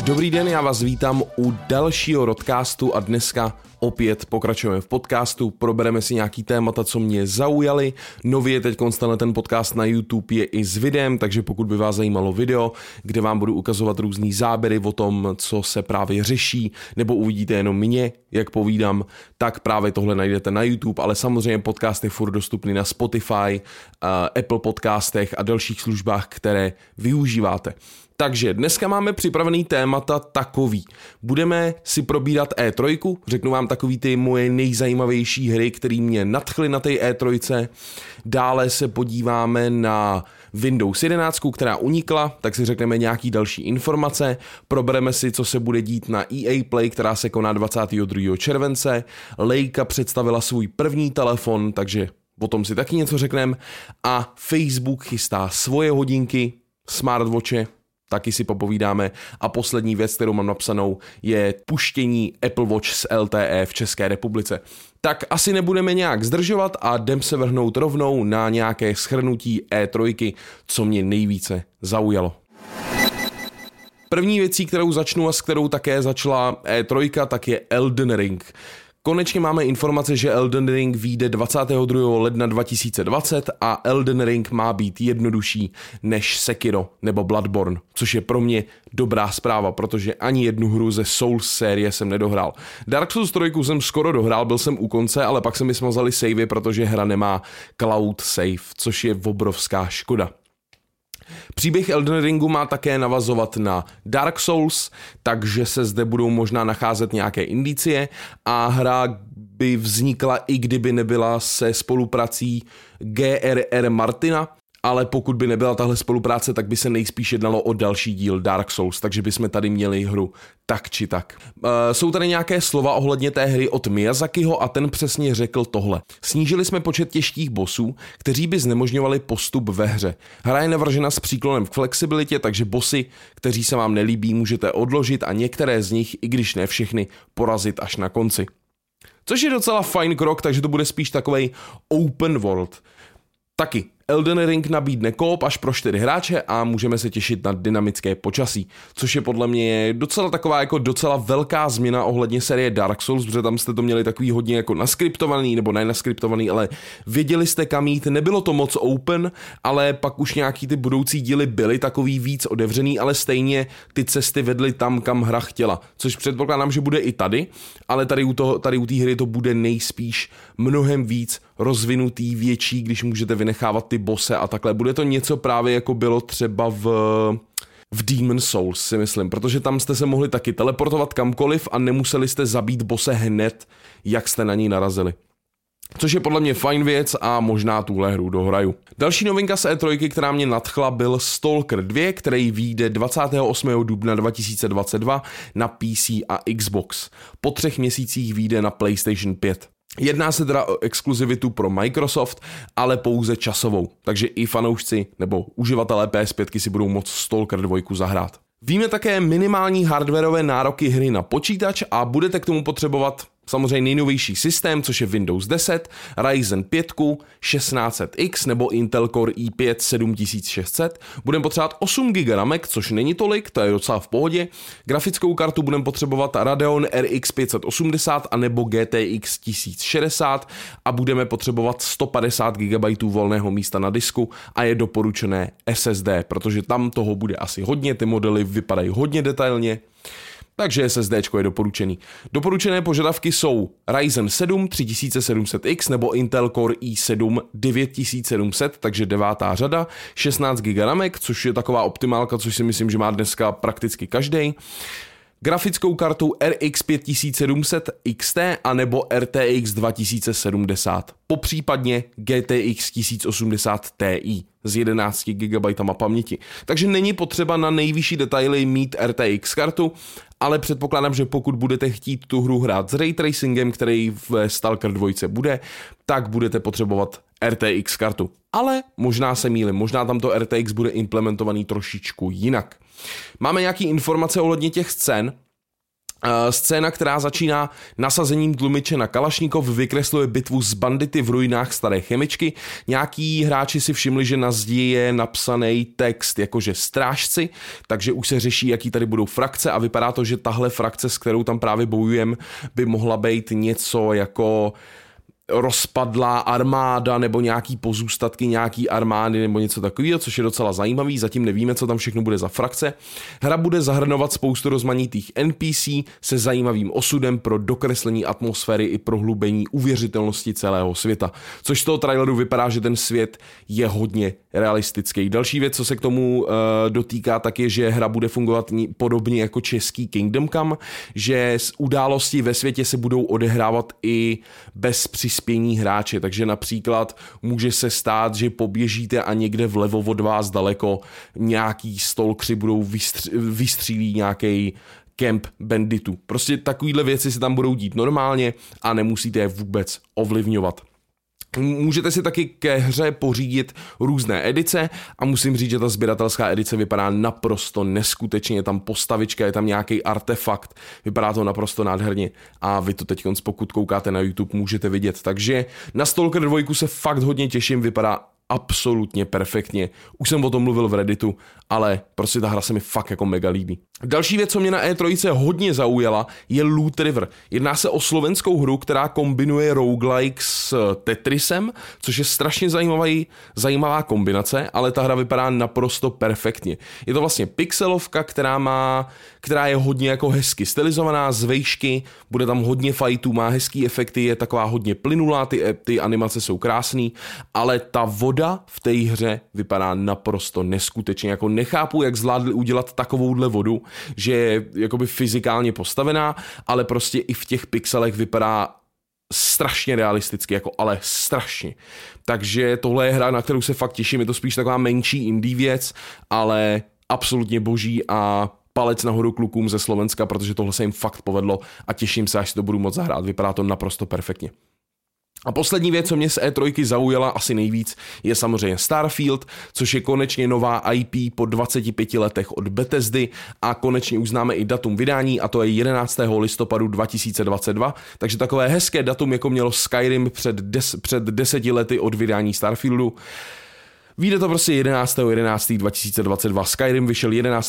Dobrý den, já vás vítám u dalšího rodcastu a dneska opět pokračujeme v podcastu, probereme si nějaký témata, co mě zaujaly. Nově teď ten podcast na YouTube je i s videem, takže pokud by vás zajímalo video, kde vám budu ukazovat různý záběry o tom, co se právě řeší, nebo uvidíte jenom mě, jak povídám, tak právě tohle najdete na YouTube, ale samozřejmě podcast je furt dostupný na Spotify, Apple podcastech a dalších službách, které využíváte. Takže dneska máme připravený témata takový. Budeme si probírat E3, řeknu vám takový ty moje nejzajímavější hry, které mě nadchly na té E3. Dále se podíváme na Windows 11, která unikla, tak si řekneme nějaký další informace. Probereme si, co se bude dít na EA Play, která se koná 22. července. Leica představila svůj první telefon, takže o tom si taky něco řekneme. A Facebook chystá svoje hodinky, smartwatche, taky si popovídáme. A poslední věc, kterou mám napsanou, je puštění Apple Watch z LTE v České republice. Tak asi nebudeme nějak zdržovat a jdem se vrhnout rovnou na nějaké shrnutí E3, co mě nejvíce zaujalo. První věcí, kterou začnu a s kterou také začala E3, tak je Elden Ring. Konečně máme informace, že Elden Ring vyjde 22. ledna 2020 a Elden Ring má být jednodušší než Sekiro nebo Bloodborne, což je pro mě dobrá zpráva, protože ani jednu hru ze Souls série jsem nedohrál. Dark Souls 3 jsem skoro dohrál, byl jsem u konce, ale pak se mi smazaly savey, protože hra nemá cloud save, což je obrovská škoda. Příběh Elden Ringu má také navazovat na Dark Souls, takže se zde budou možná nacházet nějaké indicie a hra by vznikla, i kdyby nebyla se spoluprací G.R.R. Martina, ale pokud by nebyla tahle spolupráce, tak by se nejspíš jednalo o další díl Dark Souls, takže bychom tady měli hru tak či tak. Jsou tady nějaké slova ohledně té hry od Miyazakiho a ten přesně řekl tohle. Snížili jsme počet těžkých bossů, kteří by znemožňovali postup ve hře. Hra je navržena s příklonem k flexibilitě, takže bossy, kteří se vám nelíbí, můžete odložit a některé z nich, i když ne všechny, porazit až na konci. Což je docela fajn krok, takže to bude spíš takovej open world. Taky Elden Ring nabídne koop až pro 4 hráče a můžeme se těšit na dynamické počasí, což je podle mě docela taková jako docela velká změna ohledně série Dark Souls, protože tam jste to měli takový hodně jako naskriptovaný, nebo ne naskriptovaný, ale věděli jste kam jít, nebylo to moc open, ale pak už nějaký ty budoucí díly byly takový víc otevřený, ale stejně ty cesty vedly tam, kam hra chtěla, což předpokládám, že bude i tady, ale tady u té hry to bude nejspíš mnohem víc rozvinutý, větší, když můžete vynechávat ty bose a takhle. Bude to něco právě jako bylo třeba v Demon's Souls, si myslím, protože tam jste se mohli taky teleportovat kamkoliv a nemuseli jste zabít bose hned, jak jste na něj narazili. Což je podle mě fajn věc a možná tuhle hru dohraju. Další novinka z E3, která mě nadchla, byl Stalker 2, který vyjde 28. dubna 2022 na PC a Xbox. Po 3 měsících vyjde na PlayStation 5. Jedná se teda o exkluzivitu pro Microsoft, ale pouze časovou, takže i fanoušci nebo uživatelé PS5 si budou moct Stalker 2 zahrát. Víme také minimální hardwareové nároky hry na počítač a budete k tomu potřebovat samozřejmě nejnovější systém, což je Windows 10, Ryzen 5, 1600X nebo Intel Core i5 7600. Budeme potřebovat 8 GB ramek, což není tolik, to je docela v pohodě. Grafickou kartu budeme potřebovat Radeon RX 580 a nebo GTX 1060 a budeme potřebovat 150 GB volného místa na disku a je doporučené SSD, protože tam toho bude asi hodně, ty modely vypadají hodně detailně. Takže SSDčko je doporučený. Doporučené požadavky jsou Ryzen 7 3700X nebo Intel Core i7 9700, takže 9. řada, 16 GB ramek, což je taková optimálka, což si myslím, že má dneska prakticky každej. Grafickou kartu RX 5700 XT a nebo RTX 2070, popřípadně GTX 1080 Ti s 11 GB paměti. Takže není potřeba na nejvyšší detaily mít RTX kartu, ale předpokládám, že pokud budete chtít tu hru hrát s ray tracingem, který v Stalker 2 bude, tak budete potřebovat RTX kartu. Ale možná se mýlím, možná tam to RTX bude implementovaný trošičku jinak. Máme nějaké informace ohledně těch scén. Scéna, která začíná nasazením tlumiče na Kalašnikov, vykresluje bitvu s bandity v ruinách staré chemičky. Nějaký hráči si všimli, že na zdi je napsaný text jakože strážci, takže už se řeší, jaký tady budou frakce a vypadá to, že tahle frakce, s kterou tam právě bojujeme, by mohla být něco jako rozpadlá armáda nebo nějaký pozůstatky nějaký armády nebo něco takového, což je docela zajímavý, zatím nevíme, co tam všechno bude za frakce. Hra bude zahrnovat spoustu rozmanitých NPC se zajímavým osudem pro dokreslení atmosféry i prohlubení uvěřitelnosti celého světa, což z toho traileru vypadá, že ten svět je hodně realistický. Další věc, co se k tomu dotýká, tak je, že hra bude fungovat podobně jako český Kingdom Come, že události ve světě se budou odehrávat i bez přispění hráče, takže například může se stát, že poběžíte a někde vlevo od vás daleko nějaký stalkři budou vystřílí nějaký kemp banditů. Prostě takovýhle věci se tam budou dít normálně a nemusíte je vůbec ovlivňovat. Můžete si taky ke hře pořídit různé edice a musím říct, že ta sběratelská edice vypadá naprosto neskutečně, je tam postavička, je tam nějaký artefakt, vypadá to naprosto nádherně a vy to teď, pokud koukáte na YouTube, můžete vidět. Takže na Stalker 2 se fakt hodně těším, vypadá absolutně perfektně. Už jsem o tom mluvil v Redditu, ale prostě ta hra se mi fakt jako mega líbí. Další věc, co mě na E3 hodně zaujala, je Loot River. Jedná se o slovenskou hru, která kombinuje roguelike s Tetrisem, což je strašně zajímavá kombinace, ale ta hra vypadá naprosto perfektně. Je to vlastně pixelovka, která je hodně jako hezky stylizovaná z vejšky, bude tam hodně fightů, má hezký efekty, je taková hodně plynulá, ty animace jsou krásný, ale ta voda v té hře vypadá naprosto neskutečně, jako nechápu, jak zvládli udělat takovouhle vodu, že je jakoby fyzikálně postavená, ale prostě i v těch pixelech vypadá strašně realisticky, jako ale strašně. Takže tohle je hra, na kterou se fakt těším, je to spíš taková menší indie věc, ale absolutně boží a palec nahoru klukům ze Slovenska, protože tohle se jim fakt povedlo a těším se, až si to budu moc zahrát, vypadá to naprosto perfektně. A poslední věc, co mě z E3 zaujala asi nejvíc, je samozřejmě Starfield, což je konečně nová IP po 25 letech od Bethesdy a konečně už známe i datum vydání a to je 11. listopadu 2022, takže takové hezké datum, jako mělo Skyrim před 10 lety od vydání Starfieldu. Vyjde to prostě 11.11.2022. Skyrim vyšel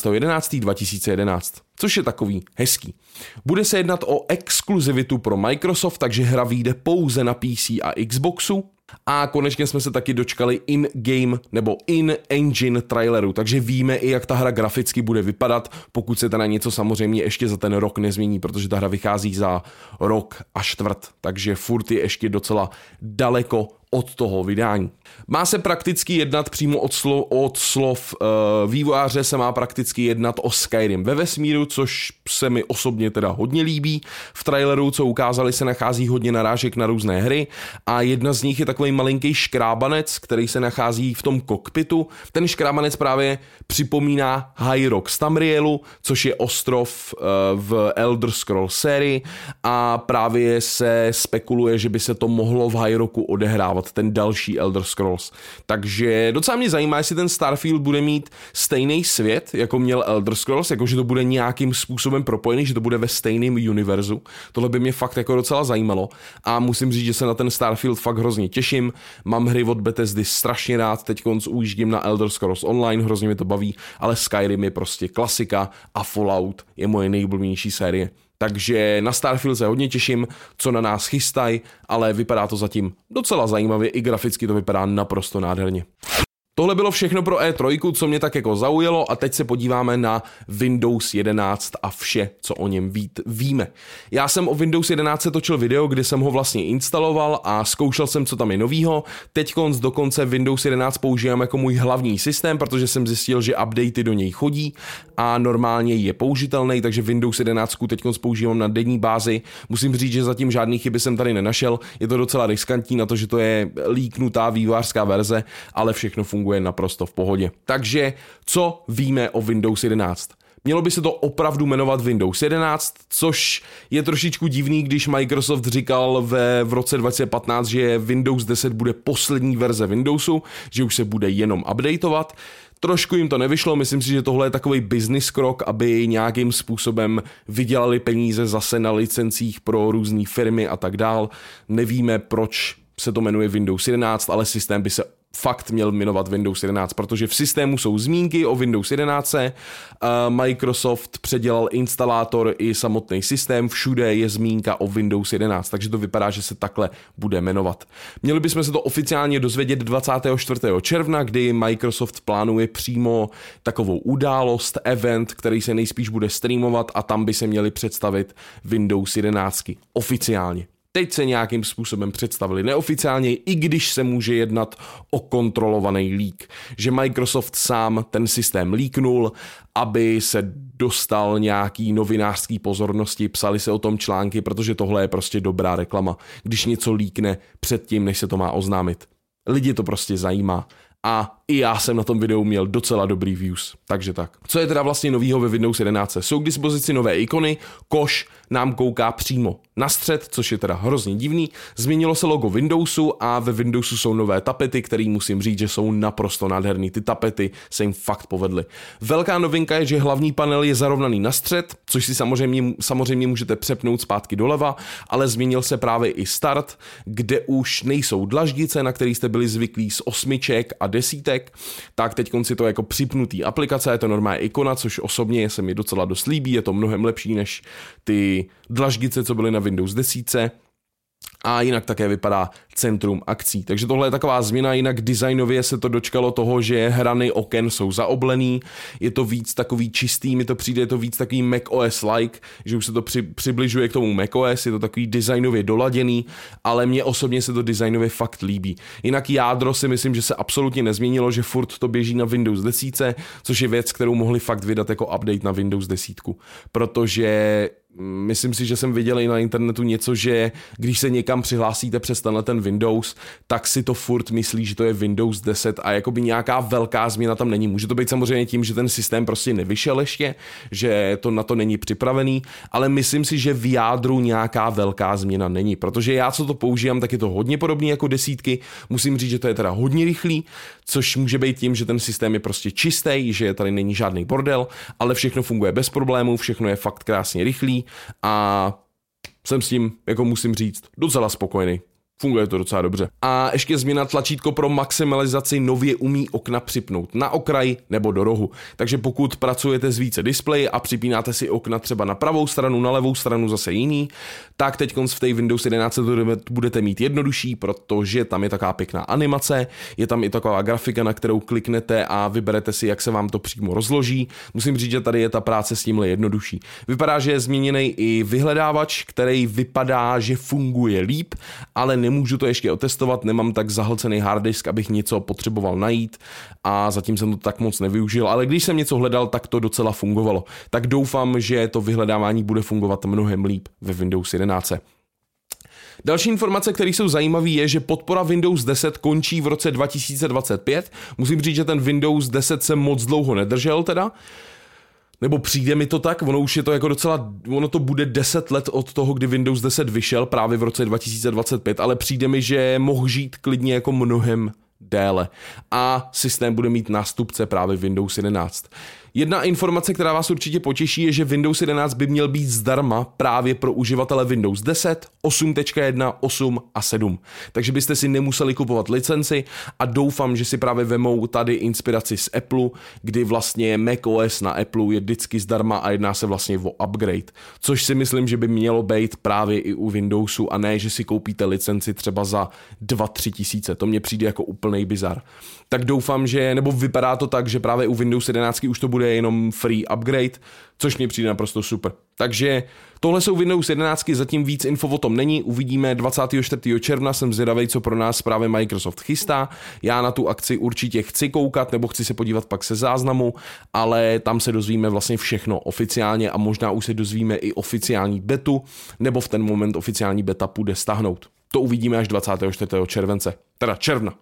11.11.2011, což je takový hezký. Bude se jednat o exkluzivitu pro Microsoft, takže hra vyjde pouze na PC a Xboxu. A konečně jsme se taky dočkali in-game nebo in-engine traileru, takže víme i, jak ta hra graficky bude vypadat, pokud se teda něco samozřejmě ještě za ten rok nezmění, protože ta hra vychází za rok a čtvrt, takže furt je ještě docela daleko od toho vydání. Má se prakticky jednat přímo od slov vývojáře se má prakticky jednat o Skyrim ve vesmíru, což se mi osobně teda hodně líbí. V traileru, co ukázali, se nachází hodně narážek na různé hry a jedna z nich je takový malinký škrábanec, který se nachází v tom kokpitu. Ten škrábanec právě připomíná High Rock z Tamrielu, což je ostrov v Elder Scrolls sérii a právě se spekuluje, že by se to mohlo v High Rocku odehrávat, ten další Elder Scrolls. Takže docela mě zajímá, jestli ten Starfield bude mít stejný svět, jako měl Elder Scrolls, jakože to bude nějakým způsobem propojený, že to bude ve stejném univerzu. Tohle by mě fakt jako docela zajímalo a musím říct, že se na ten Starfield fakt hrozně těším. Mám hry od Bethesdy strašně rád, teď ujíždím na Elder Scrolls Online, hrozně mě to baví, ale Skyrim je prostě klasika a Fallout je moje nejoblíbenější série. Takže na Starfield se hodně těším, co na nás chystají, ale vypadá to zatím docela zajímavě, i graficky to vypadá naprosto nádherně. Tohle bylo všechno pro E3, co mě tak jako zaujalo a teď se podíváme na Windows 11 a vše, co o něm víme. Já jsem o Windows 11 točil video, kde jsem ho vlastně instaloval a zkoušel jsem, co tam je novýho. Teďkonc dokonce Windows 11 používám jako můj hlavní systém, protože jsem zjistil, že updaty do něj chodí a normálně je použitelný, takže Windows 11 teďkonc používám na denní bázi. Musím říct, že zatím žádný chyby jsem tady nenašel. Je to docela riskantní na to, že to je líknutá vývojářská verze, ale všechno funguje naprosto v pohodě. Takže co víme o Windows 11? Mělo by se to opravdu jmenovat Windows 11, což je trošičku divný, když Microsoft říkal v roce 2015, že Windows 10 bude poslední verze Windowsu, že už se bude jenom updateovat. Trošku jim to nevyšlo, myslím si, že tohle je takový business krok, aby nějakým způsobem vydělali peníze zase na licencích pro různé firmy a tak dál. Nevíme, proč se to jmenuje Windows 11, ale systém by se fakt měl jmenovat Windows 11, protože v systému jsou zmínky o Windows 11, Microsoft předělal instalátor i samotný systém, všude je zmínka o Windows 11, takže to vypadá, že se takhle bude jmenovat. Měli bychom se to oficiálně dozvědět 24. června, kdy Microsoft plánuje přímo takovou událost, event, který se nejspíš bude streamovat a tam by se měli představit Windows 11 oficiálně. Teď se nějakým způsobem představili neoficiálně, i když se může jednat o kontrolovaný leak. Že Microsoft sám ten systém leaknul, aby se dostal nějaký novinářský pozornosti, psali se o tom články, protože tohle je prostě dobrá reklama, když něco leakne předtím, než se to má oznámit. Lidi to prostě zajímá. A i já jsem na tom videu měl docela dobrý views, takže tak. Co je teda vlastně novýho ve Windows 11? Jsou k dispozici nové ikony, koš nám kouká přímo na střed, což je teda hrozně divný. Změnilo se logo Windowsu a ve Windowsu jsou nové tapety, které musím říct, že jsou naprosto nádherný. Ty tapety se jim fakt povedly. Velká novinka je, že hlavní panel je zarovnaný na střed, což si samozřejmě můžete přepnout zpátky doleva, ale změnil se právě i start, kde už nejsou dlaždice, na který jste byli zvyklí z 8 a 10, tak teď konci to jako připnutý aplikace, je to normální ikona, což osobně se mi docela dost líbí, je to mnohem lepší než ty dlaždice, co byly na Windows 10. A jinak také vypadá centrum akcí. Takže tohle je taková změna, jinak designově se to dočkalo toho, že hrany oken jsou zaoblený, je to víc takový čistý, mi to přijde, je to víc takový macOS-like, že už se to přibližuje k tomu macOS, je to takový designově doladěný, ale mně osobně se to designově fakt líbí. Jinak jádro si myslím, že se absolutně nezměnilo, že furt to běží na Windows 10, což je věc, kterou mohli fakt vydat jako update na Windows 10, protože myslím si, že jsem viděl i na internetu něco, že když se někam přihlásíte přes ten Windows, tak si to furt myslí, že to je Windows 10 a jakoby nějaká velká změna tam není. Může to být samozřejmě tím, že ten systém prostě nevyšel ještě, že to na to není připravený, ale myslím si, že v jádru nějaká velká změna není, protože já co to používám, tak je to hodně podobný jako 10. Musím říct, že to je teda hodně rychlý, což může být tím, že ten systém je prostě čistý, že tady není žádný bordel, ale všechno funguje bez problémů, všechno je fakt krásně rychlý a jsem s tím, jako musím říct, docela spokojený. Funguje to docela dobře. A ještě změna, tlačítko pro maximalizaci nově umí okna připnout na okraj nebo do rohu. Takže pokud pracujete s více displeji a připínáte si okna třeba na pravou stranu, na levou stranu zase jiný, tak teď v té Windows 11 to budete mít jednodušší, protože tam je taková pěkná animace, je tam i taková grafika, na kterou kliknete a vyberete si, jak se vám to přímo rozloží. Musím říct, že tady je ta práce s tímhle jednodušší. Vypadá, že je změněný i vyhledávač, který vypadá, že funguje líp, ale nemůžu to ještě otestovat, nemám tak zahlcený harddisk, abych něco potřeboval najít a zatím jsem to tak moc nevyužil, ale když jsem něco hledal, tak to docela fungovalo. Tak doufám, že to vyhledávání bude fungovat mnohem líp ve Windows 11. Další informace, které jsou zajímavé, je, že podpora Windows 10 končí v roce 2025. Musím říct, že ten Windows 10 se moc dlouho nedržel teda. Nebo přijde mi to tak, ono už je to jako docela, ono to bude 10 let od toho, kdy Windows 10 vyšel právě v roce 2025, ale přijde mi, že mohl žít klidně jako mnohem déle. A systém bude mít nástupce právě Windows 11. Jedna informace, která vás určitě potěší, je, že Windows 11 by měl být zdarma právě pro uživatele Windows 10, 8.1, 8 a 7. Takže byste si nemuseli kupovat licenci a doufám, že si právě vemou tady inspiraci z Apple, kdy vlastně macOS na Apple je vždycky zdarma a jedná se vlastně o upgrade. Což si myslím, že by mělo být právě i u Windowsu a ne, že si koupíte licenci třeba za 2-3 tisíce. To mně přijde jako úplnej bizar. Tak doufám, že, nebo vypadá to tak, že právě u Windows 11 už to bude jenom free upgrade, což mi přijde naprosto super. Takže tohle jsou Windows 11, zatím víc info o tom není, uvidíme 24. června, jsem zvědavej, co pro nás právě Microsoft chystá, já na tu akci určitě chci koukat, nebo chci se podívat pak se záznamu, ale tam se dozvíme vlastně všechno oficiálně a možná už se dozvíme i oficiální betu, nebo v ten moment oficiální beta půjde stáhnout. To uvidíme až 24. července, teda června.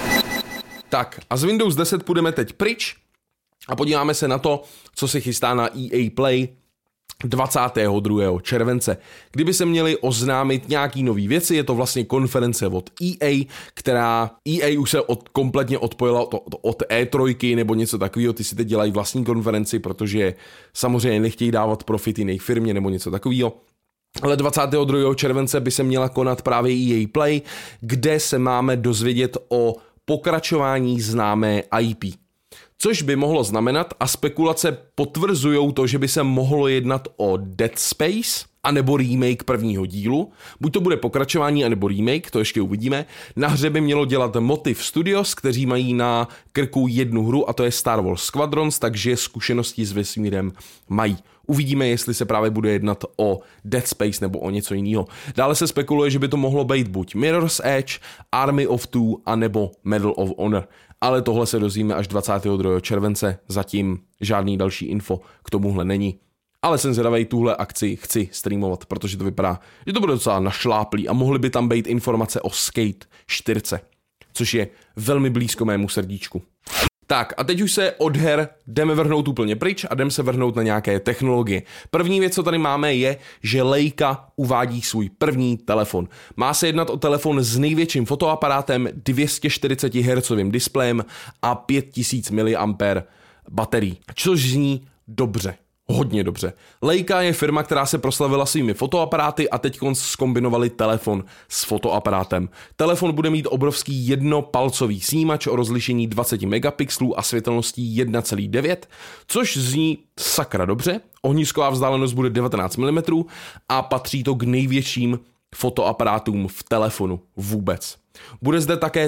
Tak a z Windows 10 půjdeme teď pryč a podíváme se na to, co se chystá na EA Play 22. července, kdyby se měli oznámit nějaký nový věci. Je to vlastně konference od EA, která EA už se kompletně odpojila od E3 nebo něco takového. Ty si teď dělají vlastní konferenci, protože samozřejmě nechtějí dávat profit jiné firmě nebo něco takového. Ale 22. července by se měla konat právě EA Play, kde se máme dozvědět o pokračování známé IP. Což by mohlo znamenat, a spekulace potvrzujou to, že by se mohlo jednat o Dead Space, anebo remake prvního dílu. Buď to bude pokračování, anebo remake, to ještě uvidíme. Na hře by mělo dělat Motive Studios, kteří mají na krku jednu hru, a to je Star Wars Squadrons, takže zkušenosti s vesmírem mají. Uvidíme, jestli se právě bude jednat o Dead Space nebo o něco jiného. Dále se spekuluje, že by to mohlo být buď Mirror's Edge, Army of Two, anebo Medal of Honor. Ale tohle se dozvíme až 22. července, zatím žádný další info k tomuhle není. Ale jsem zvědavej, tuhle akci chci streamovat, protože to vypadá, že to bude docela našláplý a mohly by tam být informace o Skate 4, což je velmi blízko mému srdíčku. Tak a teď už se od her jdeme vrhnout úplně pryč a jdeme se vrhnout na nějaké technologie. První věc, co tady máme, je, že Leica uvádí svůj první telefon. Má se jednat o telefon s největším fotoaparátem, 240 Hz displejem a 5000 mAh baterií, což zní dobře. Hodně dobře. Leica je firma, která se proslavila svými fotoaparáty a teď zkombinovali telefon s fotoaparátem. Telefon bude mít obrovský jednopalcový snímač o rozlišení 20 megapixelů a světelností 1,9, což zní sakra dobře. Ohnisková vzdálenost bude 19 mm a patří to k největším fotoaparátům v telefonu vůbec. Bude zde také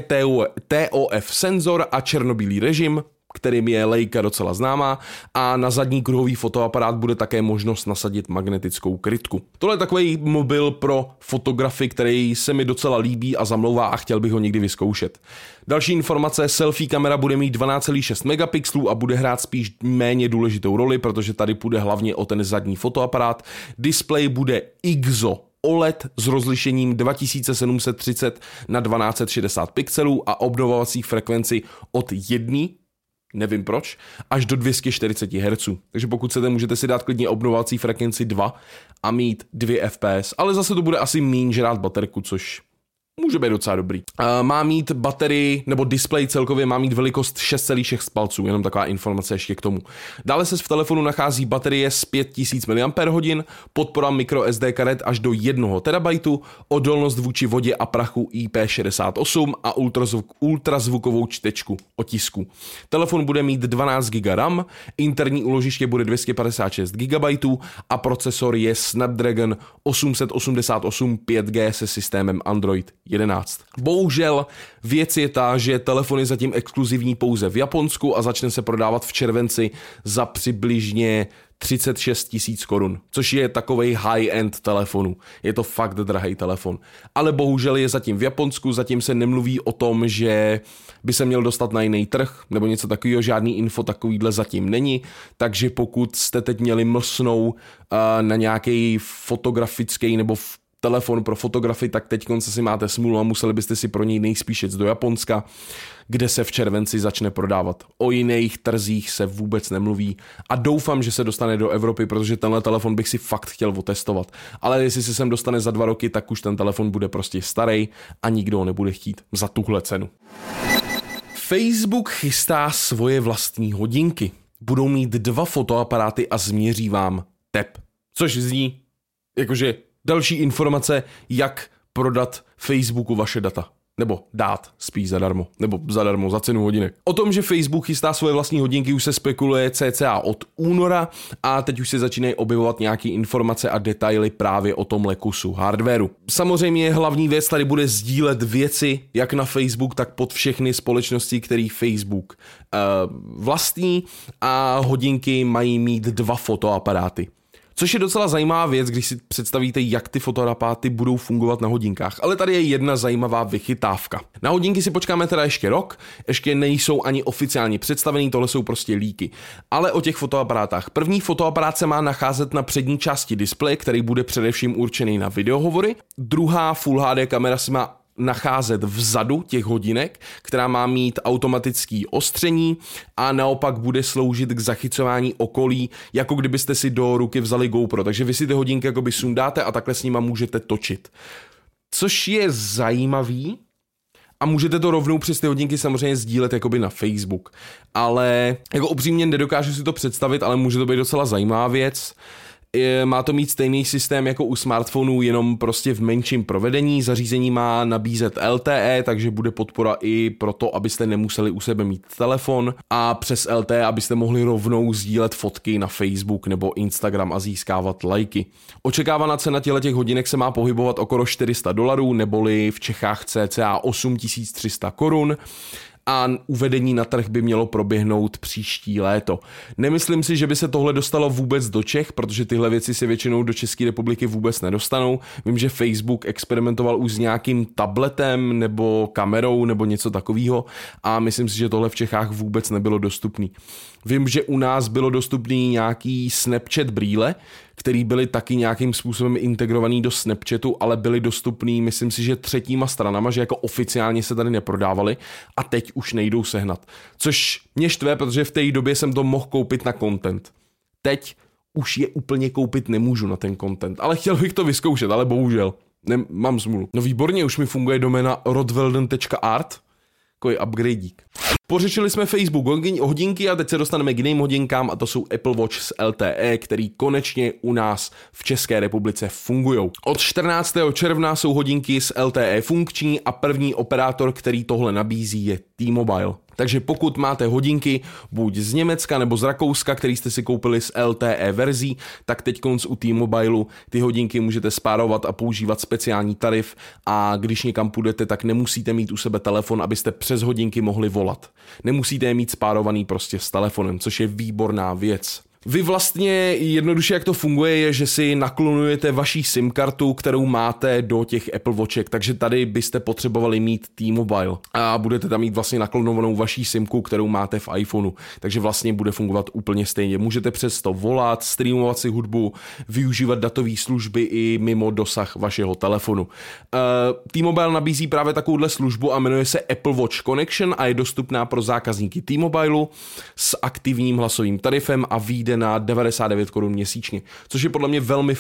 TOF senzor a černobílý režim, kterým je Leica docela známá, a na zadní kruhový fotoaparát bude také možnost nasadit magnetickou krytku. Tohle je takový mobil pro fotografy, který se mi docela líbí a zamlouvá a chtěl bych ho někdy vyzkoušet. Další informace, selfie kamera bude mít 12,6 megapixelů a bude hrát spíš méně důležitou roli, protože tady půjde hlavně o ten zadní fotoaparát. Display bude IGZO OLED s rozlišením 2730 na 1260 pixelů a obnovovací frekvenci od 1, nevím proč, až do 240 Hz. Takže pokud chcete, můžete si dát klidně obnovovací frekvenci 2 a mít 2 fps, ale zase to bude asi míň žrát baterku, což může být docela dobrý. Má mít baterii, nebo displej celkově má mít velikost 6,6 palců, jenom taková informace ještě k tomu. Dále se v telefonu nachází baterie s 5000 mAh, podpora microSD karet až do 1 TB, odolnost vůči vodě a prachu IP68 a ultrazvukovou čtečku otisku. Telefon bude mít 12 GB RAM, interní úložiště bude 256 GB a procesor je Snapdragon 888 5G se systémem Android 11. Bohužel věc je ta, že telefon je zatím exkluzivní pouze v Japonsku a začne se prodávat v červenci za přibližně 36 000 korun, což je takovej high-end telefonu. Je to fakt drahý telefon. Ale bohužel je zatím v Japonsku, zatím se nemluví o tom, že by se měl dostat na jiný trh, nebo něco takového, žádný info takovýhle zatím není, takže pokud jste teď měli mlsnou na nějaký fotografický nebo telefon pro fotografii, tak teď si máte smůlu a museli byste si pro něj nejspíš jet do Japonska, kde se v červenci začne prodávat. O jiných trzích se vůbec nemluví a doufám, že se dostane do Evropy, protože tenhle telefon bych si fakt chtěl otestovat. Ale jestli se sem dostane za 2 roky, tak už ten telefon bude prostě starý a nikdo ho nebude chtít za tuhle cenu. Facebook chystá svoje vlastní hodinky. Budou mít 2 fotoaparáty a změří vám tep. Což zní jakože další informace, jak prodat Facebooku vaše data. Nebo dát spíš zadarmo. Nebo zadarmo, za cenu hodinek. O tom, že Facebook chystá svoje vlastní hodinky, už se spekuluje cca od února a teď už se začínají objevovat nějaké informace a detaily právě o tomhle kusu hardwareu. Samozřejmě hlavní věc tady bude sdílet věci, jak na Facebook, tak pod všechny společnosti, který Facebook vlastní, a hodinky mají mít 2 fotoaparáty. Což je docela zajímavá věc, když si představíte, jak ty fotoaparáty budou fungovat na hodinkách. Ale tady je jedna zajímavá vychytávka. Na hodinky si počkáme teda ještě rok, ještě nejsou ani oficiálně představený, tohle jsou prostě líky. Ale o těch fotoaparátách. První fotoaparát se má nacházet na přední části displeje, který bude především určený na videohovory. Druhá Full HD kamera si má nacházet vzadu těch hodinek, která má mít automatický ostření a naopak bude sloužit k zachycování okolí, jako kdybyste si do ruky vzali GoPro. Takže vy si ty hodinky jakoby sundáte a takhle s nima můžete točit. Což je zajímavý a můžete to rovnou přes ty hodinky samozřejmě sdílet jakoby na Facebook. Ale jako upřímně nedokážu si to představit, ale může to být docela zajímavá věc. Má to mít stejný systém jako u smartphonů, jenom prostě v menším provedení. Zařízení má nabízet LTE, takže bude podpora i pro to, abyste nemuseli u sebe mít telefon a přes LTE, abyste mohli rovnou sdílet fotky na Facebook nebo Instagram a získávat lajky. Očekávaná cena těch hodinek se má pohybovat okolo $400, neboli v Čechách cca 8300 korun. A uvedení na trh by mělo proběhnout příští léto. Nemyslím si, že by se tohle dostalo vůbec do Čech, protože tyhle věci se většinou do České republiky vůbec nedostanou. Vím, že Facebook experimentoval už s nějakým tabletem nebo kamerou nebo něco takového a myslím si, že tohle v Čechách vůbec nebylo dostupný. Vím, že u nás bylo dostupný nějaký Snapchat brýle, který byly taky nějakým způsobem integrovaný do Snapchatu, ale byly dostupný, myslím si, že třetíma stranama, že jako oficiálně se tady neprodávaly a teď už nejdou sehnat. Což mě štve, protože v té době jsem to mohl koupit na content. Teď už je úplně koupit nemůžu na ten content, ale chtěl bych to vyzkoušet, ale bohužel, mám smůlu. No výborně, už mi funguje doména rodvelden.art, takový upgradík. Pořešili jsme Facebook hodinky a teď se dostaneme k jiným hodinkám a to jsou Apple Watch s LTE, který konečně u nás v České republice fungujou. Od 14. června jsou hodinky s LTE funkční a první operátor, který tohle nabízí, je T-Mobile. Takže pokud máte hodinky buď z Německa nebo z Rakouska, který jste si koupili s LTE verzí, tak teď u T-Mobileu ty hodinky můžete spárovat a používat speciální tarif a když někam půjdete, tak nemusíte mít u sebe telefon, abyste přes hodinky mohli volat. Nemusíte je mít spárovaný prostě s telefonem, což je výborná věc. Vy vlastně jednoduše, jak to funguje, je, že si naklonujete vaší SIM kartu, kterou máte do těch Apple Watchek, takže tady byste potřebovali mít T-Mobile a budete tam mít vlastně naklonovanou vaší SIMku, kterou máte v iPhoneu, takže vlastně bude fungovat úplně stejně. Můžete přes to volat, streamovat si hudbu, využívat datové služby i mimo dosah vašeho telefonu. T-Mobile nabízí právě takovouhle službu a jmenuje se Apple Watch Connection a je dostupná pro zákazníky T-Mobileu s aktivním hlasovým tarifem a vyjde na 99 korun měsíčně, což je podle mě velmi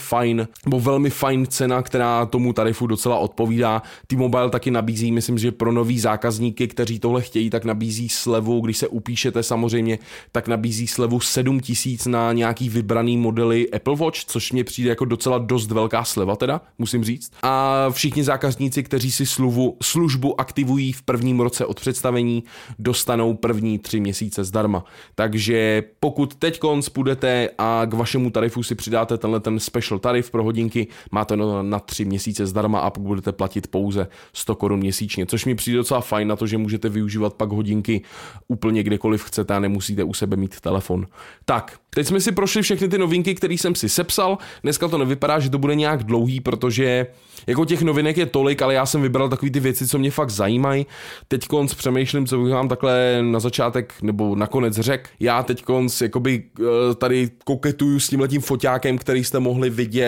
fajn cena, která tomu tarifu docela odpovídá. T-Mobile taky nabízí, myslím, že pro nový zákazníky, kteří tohle chtějí, tak nabízí slevu, když se upíšete samozřejmě, tak nabízí slevu 7 000 na nějaký vybraný modely Apple Watch, což mně přijde jako docela dost velká sleva teda, musím říct. A všichni zákazníci, kteří si službu aktivují v prvním roce od představení, dostanou první 3 měsíce zdarma. Takže pokud teďkonc půjdete a k vašemu tarifu si přidáte ten special tarif pro hodinky, máte na 3 měsíce zdarma a pak budete platit pouze 100 korun měsíčně, což mi přijde docela fajn na to, že můžete využívat pak hodinky úplně kdekoliv chcete a nemusíte u sebe mít telefon. Tak, teď jsme si prošli všechny ty novinky, které jsem si sepsal. Dneska to nevypadá, že to bude nějak dlouhý, protože jako těch novinek je tolik, ale já jsem vybral takové ty věci, co mě fakt zajímají. Teďkonc přemýšlím, co bych vám takhle na začátek nebo nakonec řekl. Já teďkonc jakoby tady koketuju s tímhletím foťákem, který jste mohli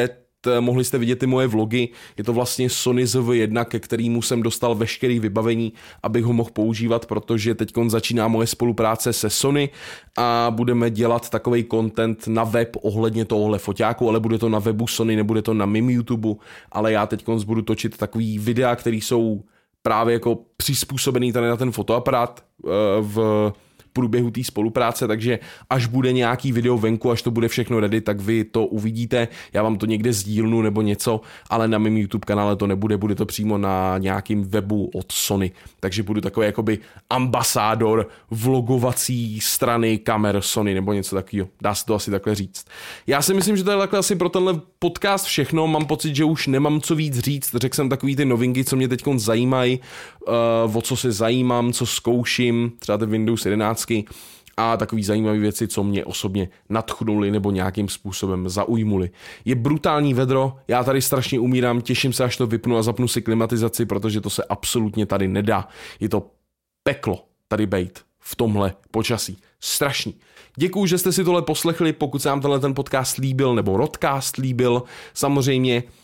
jste vidět ty moje vlogy. Je to vlastně Sony ZV-1, ke kterému jsem dostal veškeré vybavení, abych ho mohl používat, protože teď začíná moje spolupráce se Sony a budeme dělat takovej content na web ohledně tohohle foťáku, ale bude to na webu Sony, nebude to na mým YouTube, ale já teď budu točit takový videa, které jsou právě jako přizpůsobený tady na ten fotoaparát v průběhu té spolupráce, takže až bude nějaký video venku, až to bude všechno ready, tak vy to uvidíte, já vám to někde sdílnu nebo něco, ale na mém YouTube kanále to nebude, bude to přímo na nějakým webu od Sony, takže budu takový jakoby ambasádor vlogovací strany kamer Sony nebo něco takového, dá se to asi takhle říct. Já si myslím, že to je takhle asi pro tenhle podcast všechno, mám pocit, že už nemám co víc říct, řekl jsem takový ty novinky, co mě teď zajímají, o co se zajímám, co zkouším, třeba ten Windows 11 a takový zajímavé věci, co mě osobně nadchnuly nebo nějakým způsobem zaujmuly. Je brutální vedro, já tady strašně umírám, těším se, až to vypnu a zapnu si klimatizaci, protože to se absolutně tady nedá. Je to peklo tady bejt v tomhle počasí. Strašný. Děkuju, že jste si tohle poslechli, pokud se vám tenhle ten podcast líbil nebo rodcast líbil. Samozřejmě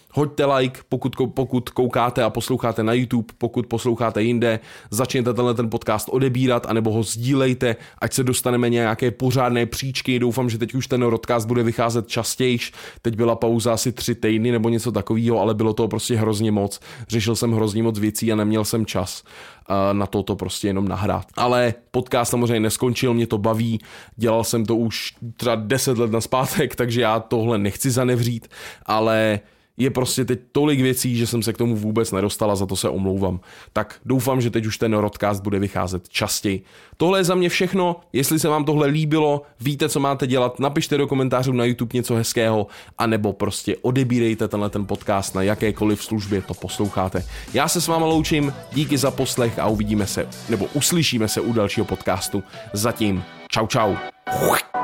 hoďte like, pokud koukáte a posloucháte na YouTube, pokud posloucháte jinde, začněte ten podcast odebírat, anebo ho sdílejte, ať se dostaneme nějaké pořádné příčky. Doufám, že teď už ten podcast bude vycházet častějš. Teď byla pauza asi 3 týdny nebo něco takového, ale bylo toho prostě hrozně moc. Řešil jsem hrozně moc věcí a neměl jsem čas na to prostě jenom nahrát. Ale podcast samozřejmě neskončil, mě to baví, dělal jsem to už třeba 10 let nazpátek, takže já tohle nechci zanevřít, ale je prostě teď tolik věcí, že jsem se k tomu vůbec nedostal a za to se omlouvám. Tak doufám, že teď už ten podcast bude vycházet častěji. Tohle je za mě všechno, jestli se vám tohle líbilo, víte, co máte dělat, napište do komentářů na YouTube něco hezkého, anebo prostě odebírejte ten podcast na jakékoliv službě to posloucháte. Já se s váma loučím, díky za poslech a uvidíme se, nebo uslyšíme se u dalšího podcastu. Zatím, čau.